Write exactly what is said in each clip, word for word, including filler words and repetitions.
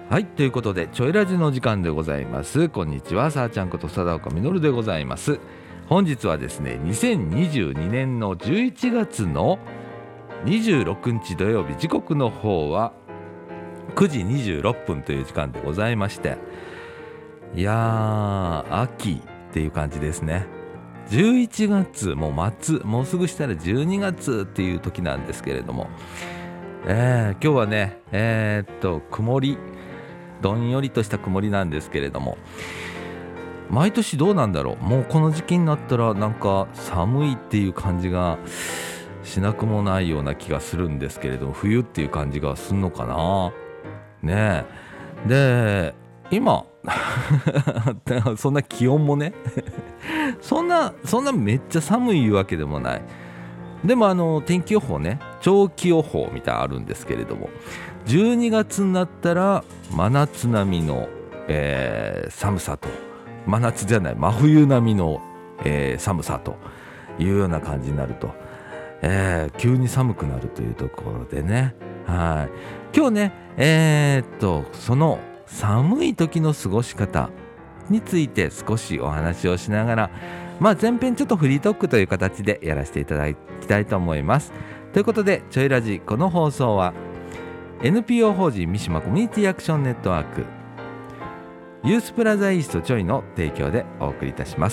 はい、ということでちょいラジの時間でございます。こんにちは、さあちゃんこと貞岡実でございます。本日はですねにせんにじゅうにねんのじゅういちがつのにじゅうろくにち土曜日、時刻の方はくじにじゅうろっぷんという時間でございまして、いやー秋っていう感じですね。じゅういちがつもう末、もうすぐしたらじゅうにがつっていう時なんですけれども、えー、今日はねえー、っと曇り、どんよりとした曇りなんですけれども、毎年どうなんだろう、もうこの時期になったらなんか寒いっていう感じがしなくもないような気がするんですけれども、冬っていう感じがすんのかなねえ。で今そんな気温もねそんなそんなめっちゃ寒いわけでもない。でもあの天気予報ね、長期予報みたいなのあるんですけれども、じゅうにがつになったら真夏並みの、えー寒さと、真夏じゃない真冬並みの、えー寒さというような感じになると、えー急に寒くなるというところでね、はい今日ねえーっとその寒い時の過ごし方について少しお話をしながら、まあ前編ちょっとフリートークという形でやらせていただきたいと思います。ということでちょいラジ、この放送は エヌピーオー 法人三島コミュニティアクションネットワーク、ユースプラザイーストちょいの提供でお送りいたします。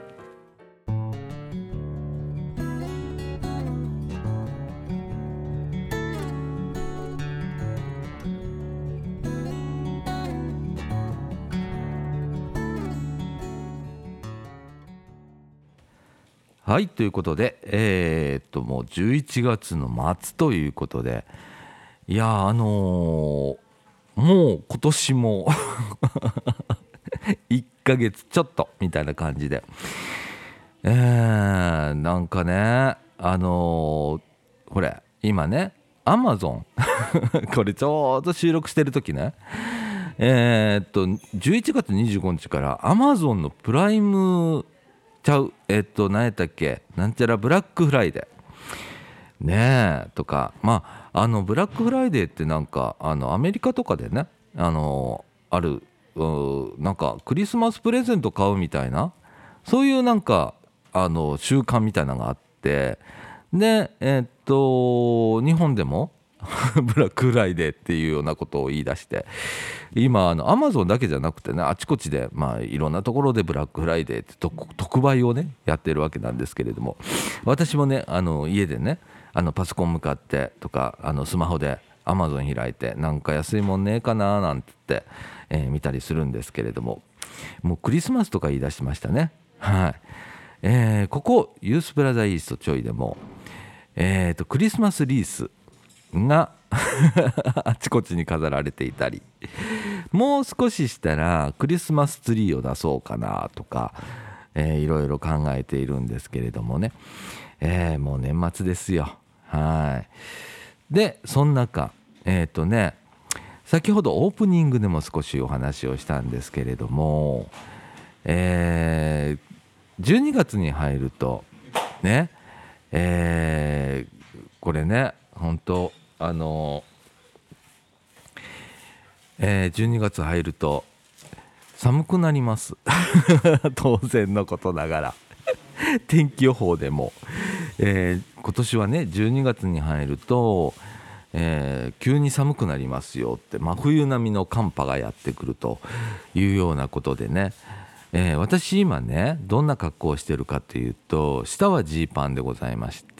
はい、ということでえー、っともうじゅういちがつの末ということで、いやーあのーもう今年もいっかげつちょっとみたいな感じで、えー、なんかねあのーこれ今ねアマゾンこれちょうど収録してる時ね、えー、っとじゅういちがつにじゅうごにちからアマゾンのプライムちゃうえー、っと何やったっけ、なんちゃらブラックフライデーねえとか、まああのブラックフライデーってなんかあのアメリカとかでね、あのあるうなんかクリスマスプレゼント買うみたいな、そういうなんかあの習慣みたいなのがあって、でえーっと日本でもブラックフライデーっていうようなことを言い出して、今あのアマゾンだけじゃなくてね、あちこちでまあいろんなところでブラックフライデーって特特売をねやってるわけなんですけれども、私もねあの家でねあのパソコン向かってとかあのスマホでアマゾン開いてなんか安いもんねえかななんて言って、えー見たりするんですけれども、もうクリスマスとか言い出しましたね。はい、えーここユースプラザイーストちょいでも、えーとクリスマスリースがあちこちに飾られていたり、もう少ししたらクリスマスツリーを出そうかなとか、えーいろいろ考えているんですけれどもね、えーもう年末ですよ。はいでそん中えっ、とね先ほどオープニングでも少しお話をしたんですけれども、えーじゅうにがつに入るとね、えーこれね本当あの、えーじゅうにがつ入ると寒くなります当然のことながら天気予報でも、えー今年はねじゅうにがつに入ると、えー急に寒くなりますよって、真冬並みの寒波がやってくるというようなことでね、えー私今ねどんな格好をしてるかというと、下はジーパンでございまして、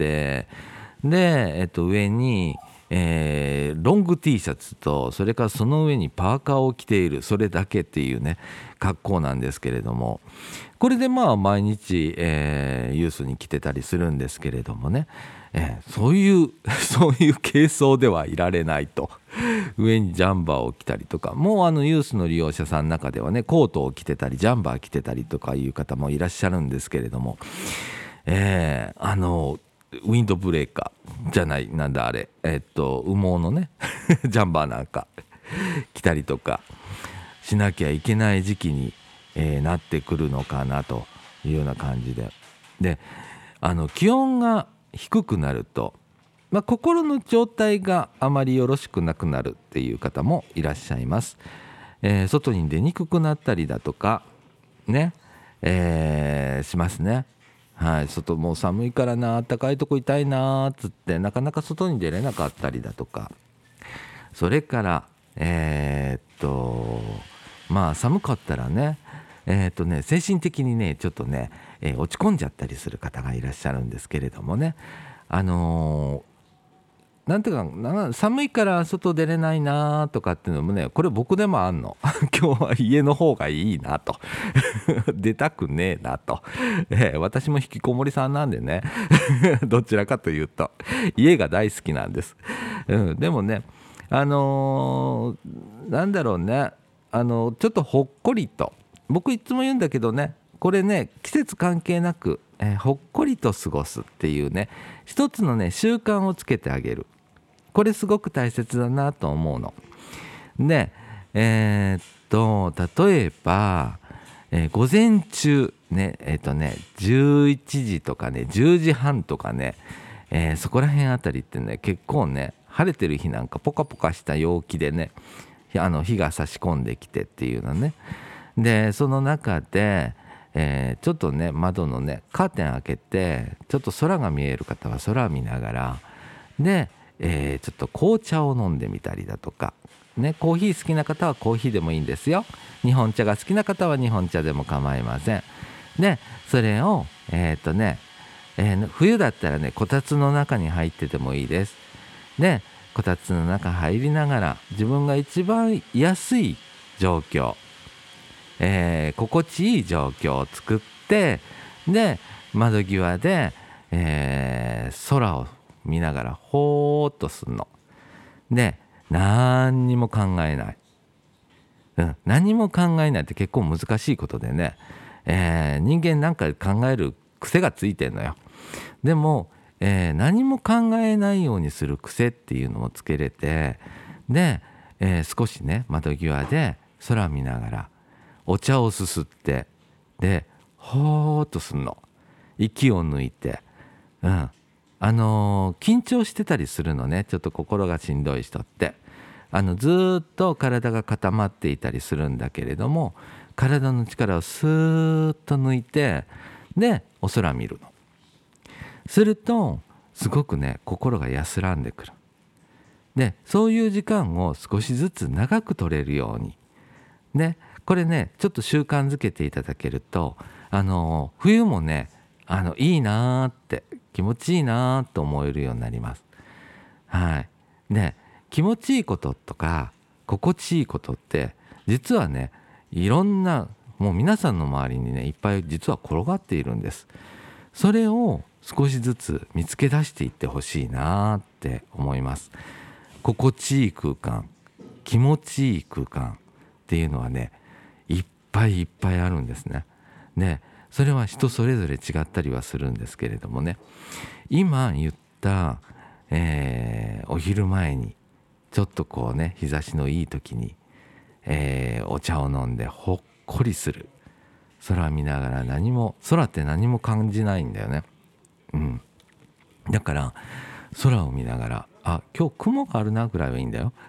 で、えっと、上に、えーロング T シャツと、それからその上にパーカーを着ている、それだけっていうね格好なんですけれども、これでまあ毎日、えーユースに来てたりするんですけれどもね、えーそういうそういう軽装ではいられないと上にジャンバーを着たりとか、もうあのユースの利用者さんの中ではねコートを着てたりジャンバー着てたりとかいう方もいらっしゃるんですけれども、えーあのウィンドブレーカーじゃないなんだあれえっと羽毛のねジャンバーなんか着たりとかしなきゃいけない時期に、えーなってくるのかなというような感じで、であの気温が低くなるとまあ、心の状態があまりよろしくなくなるっていう方もいらっしゃいます。えー外に出にくくなったりだとかね、えーしますね。はい、外もう寒いからな、暖かいとこいたいなっつってなかなか外に出れなかったりだとか、それからえーっとまあ寒かったらね、えーっとね精神的にねちょっとね、えー落ち込んじゃったりする方がいらっしゃるんですけれどもね、あのーなんていうかな、寒いから外出れないなとかっていうのもね、これ僕でもあんの今日は家の方がいいなと出たくねえなと、えー私も引きこもりさんなんでねどちらかというと家が大好きなんです、うん、でもね、あのーなんだろうね、あのちょっとほっこりと、僕いつも言うんだけどね、これね季節関係なく、えーほっこりと過ごすっていうね、一つのね習慣をつけてあげる、これすごく大切だなと思うので、えーっと例えば、えー午前中ね、えーっとねじゅういちじとかねじゅうじはんとかね、えーそこら辺あたりってね結構ね晴れてる日なんかポカポカした陽気でね、あの日が差し込んできてっていうのね、でその中で、えーちょっとね窓のねカーテン開けてちょっと空が見える方は空を見ながらで、えーちょっと紅茶を飲んでみたりだとかね、コーヒー好きな方はコーヒーでもいいんですよ。日本茶が好きな方は日本茶でも構いません。でそれをえーっとね、えー冬だったらねこたつの中に入っててもいいです。でこたつの中入りながら自分が一番安い状況、えー心地いい状況を作って、で窓際で、えー空を見ながらほーっとするので、何にも考えない、うん、何も考えないって結構難しいことでね、えー人間なんか考える癖がついてんのよ。でも、えー何も考えないようにする癖っていうのをつけれて、で、えー少しね窓際で空見ながらお茶をすすって、でほーっとすんの、息を抜いて、うんあのー緊張してたりするのね、ちょっと心がしんどい人って、あのずーっと体が固まっていたりするんだけれども、体の力をスーッと抜いて、でお空見るの、するとすごくね心が安らんでくる。でそういう時間を少しずつ長く取れるようにね、これねちょっと習慣づけていただけると、あの冬もねあのいいなーって気持ちいいなーと思えるようになります。はい。で気持ちいいこととか心地いいことって実はね、いろんなもう皆さんの周りにねいっぱい実は転がっているんです。それを少しずつ見つけ出していってほしいなって思います。心地いい空間、気持ちいい空間っていうのはねいっぱいいっぱいあるんですね。でそれは人それぞれ違ったりはするんですけれどもね、今言った、えーお昼前にちょっとこうね日差しのいい時に、えーお茶を飲んでほっこりする、空見ながら何も空って何も感じないんだよね。うん、だから空を見ながら、あ今日雲があるなぐらいはいいんだよ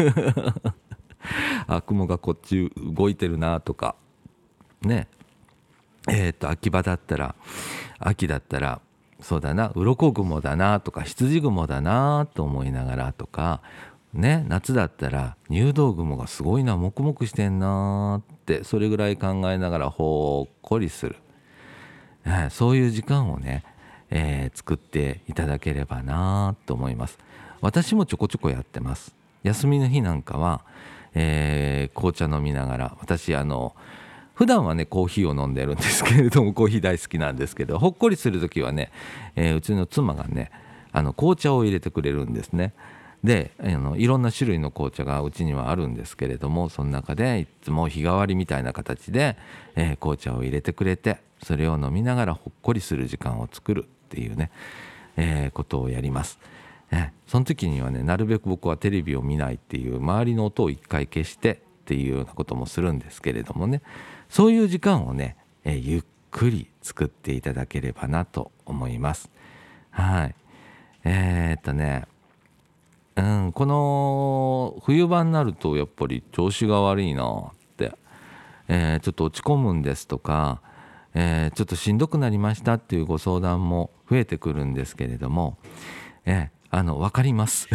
あ雲がこっち動いてるなとかね、えっと秋葉だったら秋だったらそうだな鱗雲だなとか羊雲だなと思いながらとかね、夏だったら入道雲がすごいなもくもくしてんなってそれぐらい考えながらほっこりする、えーそういう時間をね、えー作っていただければなと思います。私もちょこちょこやってます。休みの日なんかは、えー紅茶飲みながら、私あの普段はねコーヒーを飲んでるんですけれども、コーヒー大好きなんですけど、ほっこりする時はね、えーうちの妻がねあの紅茶を入れてくれるんですね。であのいろんな種類の紅茶がうちにはあるんですけれども、その中でいつも日替わりみたいな形で、えー紅茶を入れてくれて、それを飲みながらほっこりする時間を作るっていうね、えーことをやります。えその時にはねなるべく僕はテレビを見ないっていう、周りの音を一回消してっていうようなこともするんですけれどもね、そういう時間をね、えーゆっくり作っていただければなと思います。はい。 えー、っとねうん、この冬場になるとやっぱり調子が悪いなって、えーちょっと落ち込むんですとか、えーちょっとしんどくなりましたっていうご相談も増えてくるんですけれども、えーあの分かります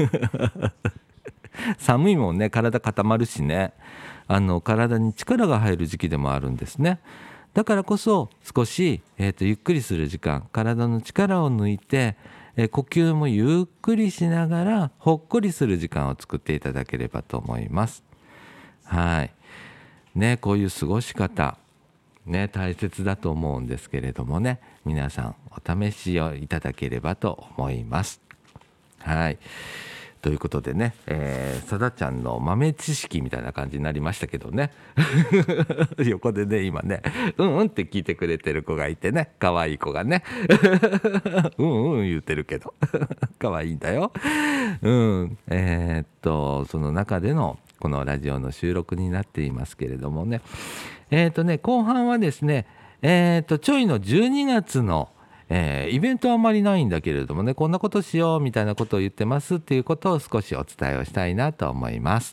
寒いもんね、体固まるしね、あの体に力が入る時期でもあるんですね。だからこそ少し、えーとゆっくりする時間、体の力を抜いて、えー呼吸もゆっくりしながらほっこりする時間を作っていただければと思います。はいね、こういう過ごし方ね、大切だと思うんですけれどもね、皆さんお試しをいただければと思います。はいということでね、えー、さだちゃんの豆知識みたいな感じになりましたけどね横でね今ねうんうんって聞いてくれてる子がいてね、可愛い子がねうんうん言ってるけど可愛いんだよ。うんえー、っとその中でのこのラジオの収録になっていますけれどもね、えー、っとね後半はですね、えー、っとちょいのじゅうにがつのえーイベントはあまりないんだけれどもね、こんなことしようみたいなことを言ってますっていうことを少しお伝えをしたいなと思います。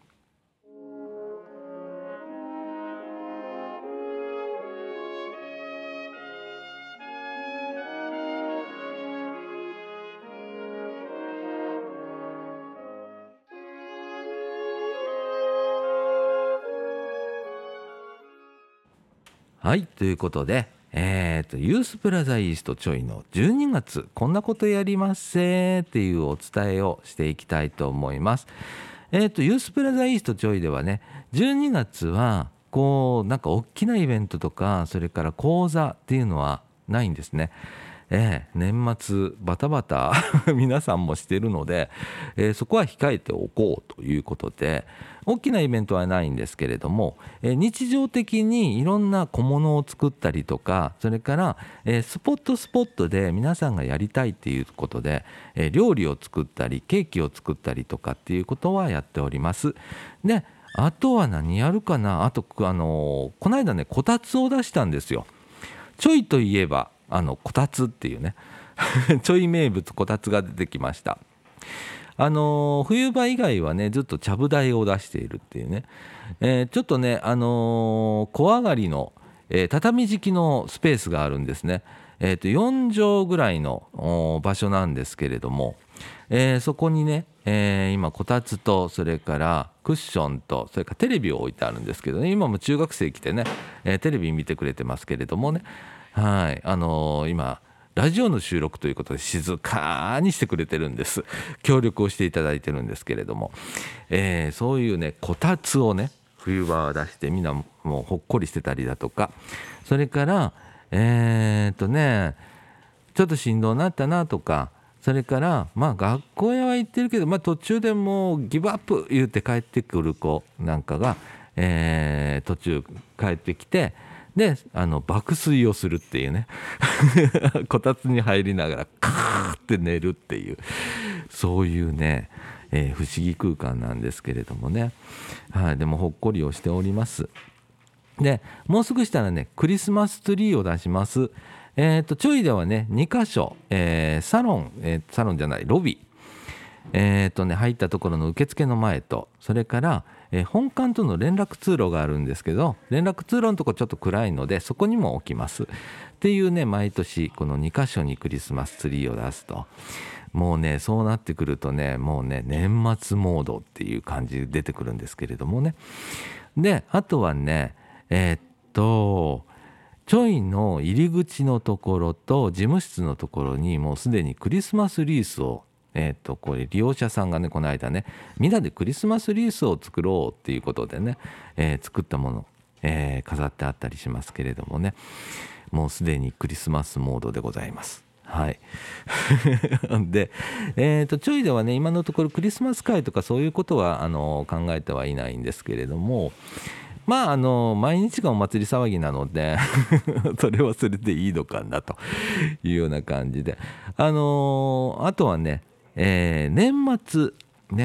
はいということで、えー、とユースプラザイーストちょいのじゅうにがつこんなことやりますせっていうお伝えをしていきたいと思います。えー、とユースプラザイーストちょいではね、じゅうにがつはこうなんか大きなイベントとかそれから講座っていうのはないんですね。えー年末バタバタ皆さんもしてるので、えーそこは控えておこうということで、大きなイベントはないんですけれども、えー日常的にいろんな小物を作ったりとか、それから、えースポットスポットで皆さんがやりたいっていうことで、えー料理を作ったりケーキを作ったりとかっていうことはやっております。であとは何やるかな、あとあのーこの間ねこたつを出したんですよ。ちょいといえばあのこたつっていうねちょい名物こたつが出てきました。あのー冬場以外はねずっとちゃぶ台を出しているっていうね、えーちょっとねあのー小上がりの、えー畳敷きのスペースがあるんですね。えーとよん畳ぐらいのお場所なんですけれども、えーそこにね、えー今こたつとそれからクッションとそれからテレビを置いてあるんですけどね、今も中学生来てね、えーテレビ見てくれてますけれどもね、はいあのー今ラジオの収録ということで静かにしてくれてるんです。協力をしていただいてるんですけれども、えーそういうねこたつをね冬場は出してみんなもうほっこりしてたりだとか、それからえーっとねちょっとしんどくなったなとか、それからまあ学校へは行ってるけど、まあ、途中でもうギブアップ言って帰ってくる子なんかが、えー途中帰ってきて、であの爆睡をするっていうねこたつに入りながらカーって寝るっていう、そういうね、えー不思議空間なんですけれどもね、はい、でもほっこりをしております。でもうすぐしたらねクリスマスツリーを出します。えー、とちょいではねにかしょ、えーサロン、えーサロンじゃないロビー、えーとね、入ったところの受付の前と、それから、えー本館との連絡通路があるんですけど、連絡通路のとこちょっと暗いのでそこにも置きますっていうね、毎年このにかしょにクリスマスツリーを出すと、もうねそうなってくるとねもうね年末モードっていう感じで出てくるんですけれどもね。であとはねえーっとちょいの入り口のところと事務室のところにもうすでにクリスマスリースを、えー、とこれ利用者さんがねこの間ねみんなでクリスマスリースを作ろうっていうことでね、えー作ったもの、えー飾ってあったりしますけれどもね、もうすでにクリスマスモードでございます。はいで、えー、とちょいではね今のところクリスマス会とかそういうことはあの考えてはいないんですけれども、まああの毎日がお祭り騒ぎなのでそれはそれでいいのかなというような感じで、あのあとはね、えー年末ね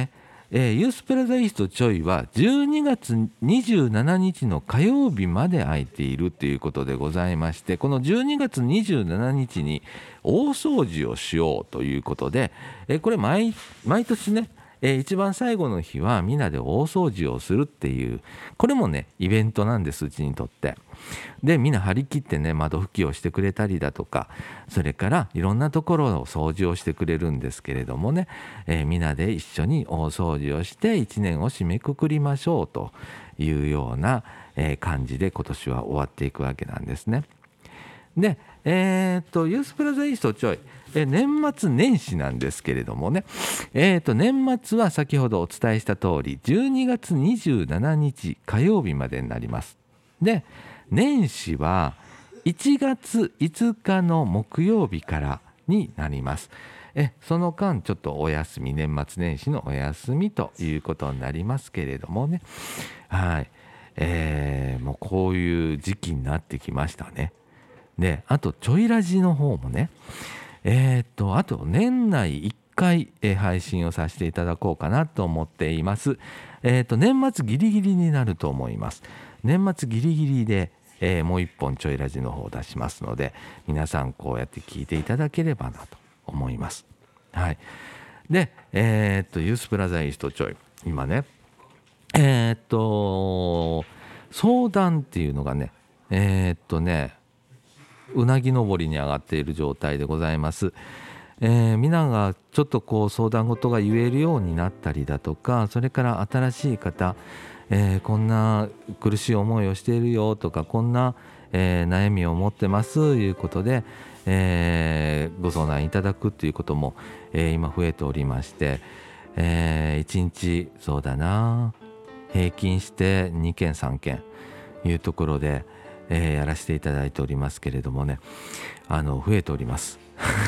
えーユースプラザイーストちょいはじゅうにがつにじゅうしちにちの火曜日まで空いているということでございまして、このじゅうにがつにじゅうしちにちに大掃除をしようということで、えーこれ 毎, 毎年ね、えー一番最後の日はみんなで大掃除をするっていう、これもねイベントなんです、うちにとって。でみんな張り切ってね窓拭きをしてくれたりだとか、それからいろんなところを掃除をしてくれるんですけれどもね、えーみんなで一緒に大掃除をしていちねんを締めくくりましょうというような、えー感じで今年は終わっていくわけなんですね。で、えー、っとユースプラザイーストちょい、えー年末年始なんですけれどもね、えー、っと年末は先ほどお伝えした通りじゅうにがつにじゅうしちにち火曜日までになります。で年始はいちがついつかの木曜日からになります。えその間ちょっとお休み、年末年始のお休みということになりますけれどもね、はい、えーもうこういう時期になってきましたね。であとちょいラジの方もね、えー、っとあと年内いっかい、えー配信をさせていただこうかなと思っています。えー、っと年末ギリギリになると思います。年末ギリギリで、えーもう一本ちょいラジの方を出しますので、皆さんこうやって聞いていただければなと思います。はい。でえー、っとユースプラザイーストちょい、今ねえー、っと相談っていうのがね、えー、っとねうなぎ登りに上がっている状態でございます。えー、皆がちょっとこう相談事が言えるようになったりだとか、それから新しい方、えーこんな苦しい思いをしているよとか、こんな、えー悩みを持ってますということで、えーご相談いただくということも、えー今増えておりまして、えーいちにちそうだな平均してにけんさんけんいうところで、えーやらせていただいておりますけれどもね、あの増えております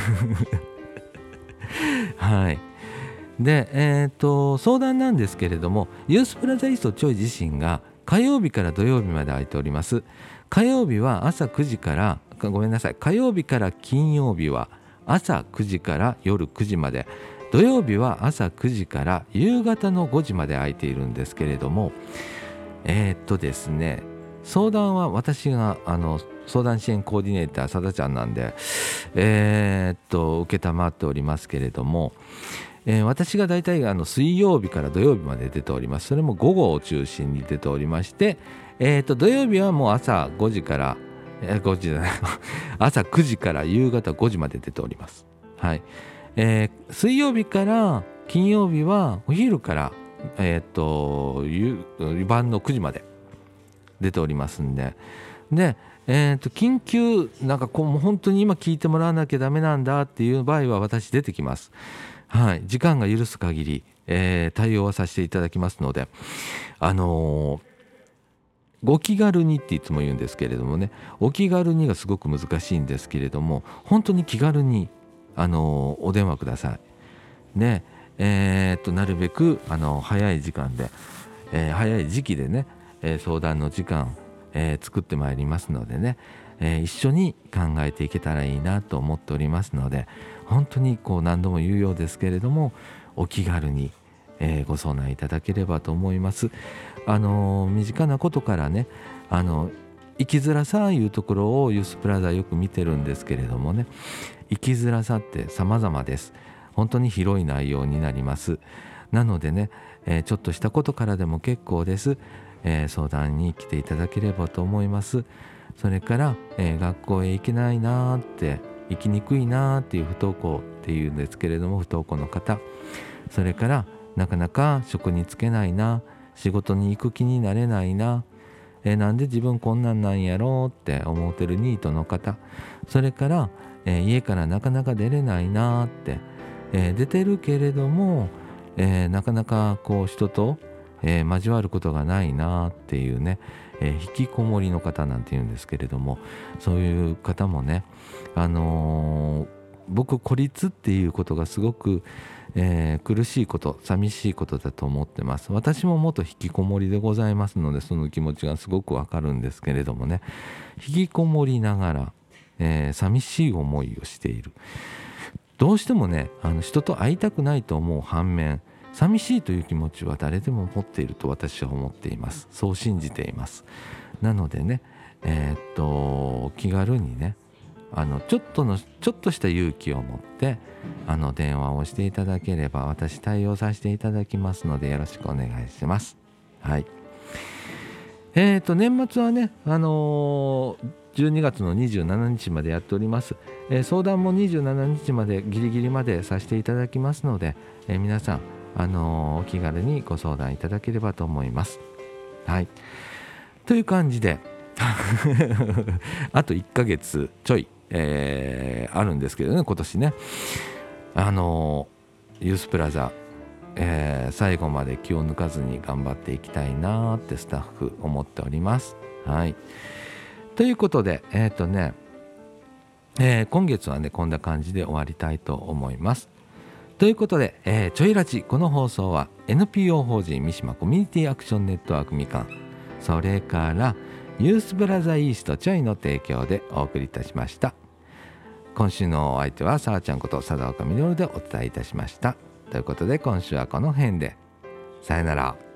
はい。で、えーと相談なんですけれども、ユースプラザイーストちょい自身が火曜日から土曜日まで空いております。火曜日は朝くじからごめんなさい火曜日から金曜日は朝くじから夜くじまで、土曜日は朝くじから夕方のごじまで空いているんですけれども、えーっとですね相談は私があの相談支援コーディネーターさだちゃんなんで、えーっと承っておりますけれども、えー私がだいたいあの水曜日から土曜日まで出ております。それも午後を中心に出ておりまして、えーっと土曜日はもう朝ごじから、えーごじじゃない朝くじから夕方ごじまで出ております。はい。えー水曜日から金曜日はお昼からえーっと夕晩のくじまで出ておりますんで、で、えー、と緊急なんかこうもう本当に今聞いてもらわなきゃダメなんだっていう場合は私出てきます。はい、時間が許す限り、えー対応はさせていただきますので、あのーご気軽にっていつも言うんですけれどもね、お気軽にがすごく難しいんですけれども、本当に気軽に、あのーお電話ください。で、えー、となるべくあの早い時間で、えー早い時期でね、えー相談の時間、えー作ってまいりますのでね、えー一緒に考えていけたらいいなと思っておりますので、本当にこう何度も言うようですけれども、お気軽に、えーご相談いただければと思います。あのー身近なことからね、あの生きづらさいうところをユースプラザよく見てるんですけれどもね、生きづらさって様々です。本当に広い内容になります。なのでね、えーちょっとしたことからでも結構です。えー相談に来ていただければと思います。それから、えー学校へ行けないなーって行きにくいなーっていう不登校っていうんですけれども、不登校の方、それからなかなか職に就けないな、仕事に行く気になれないな、えーなんで自分こんなんなんやろうって思ってるニートの方、それから、えー家からなかなか出れないなって、えー出てるけれども、えーなかなかこう人と、えー交わることがないなっていうね、えー引きこもりの方なんて言うんですけれども、そういう方もね、あのー僕孤立っていうことがすごく、えー苦しいこと、寂しいことだと思ってます。私も元引きこもりでございますので、その気持ちがすごくわかるんですけれどもね、引きこもりながら、えー寂しい思いをしている。どうしてもね、あの人と会いたくないと思う反面、 寂しいという気持ちは誰でも持っていると私は思っています。そう信じています。なのでね、えー、っと気軽にね、あのちょっとのちょっとした勇気を持ってあの電話をしていただければ私対応させていただきますのでよろしくお願いします。はい。えー、と年末はね、あのーじゅうにがつのにじゅうしちにちまでやっております。えー相談もにじゅうしちにちまでギリギリまでさせていただきますので、えー皆さん、あのーお気軽にご相談いただければと思います。はい。という感じであといっかげつちょい、えーあるんですけどね、今年ね、あのーユースプラザ、えー最後まで気を抜かずに頑張っていきたいなーってスタッフ思っております。はい。ということで、えっ、とね、えー今月はねこんな感じで終わりたいと思います。ということで、えーちょいラジ、この放送は エヌピーオー 法人三島コミュニティアクションネットワークみかん、それからユースブラザーイーストちょいの提供でお送りいたしました。今週のお相手はさあちゃんこと佐岡みのるでお伝えいたしました。ということで今週はこの辺で、さよなら。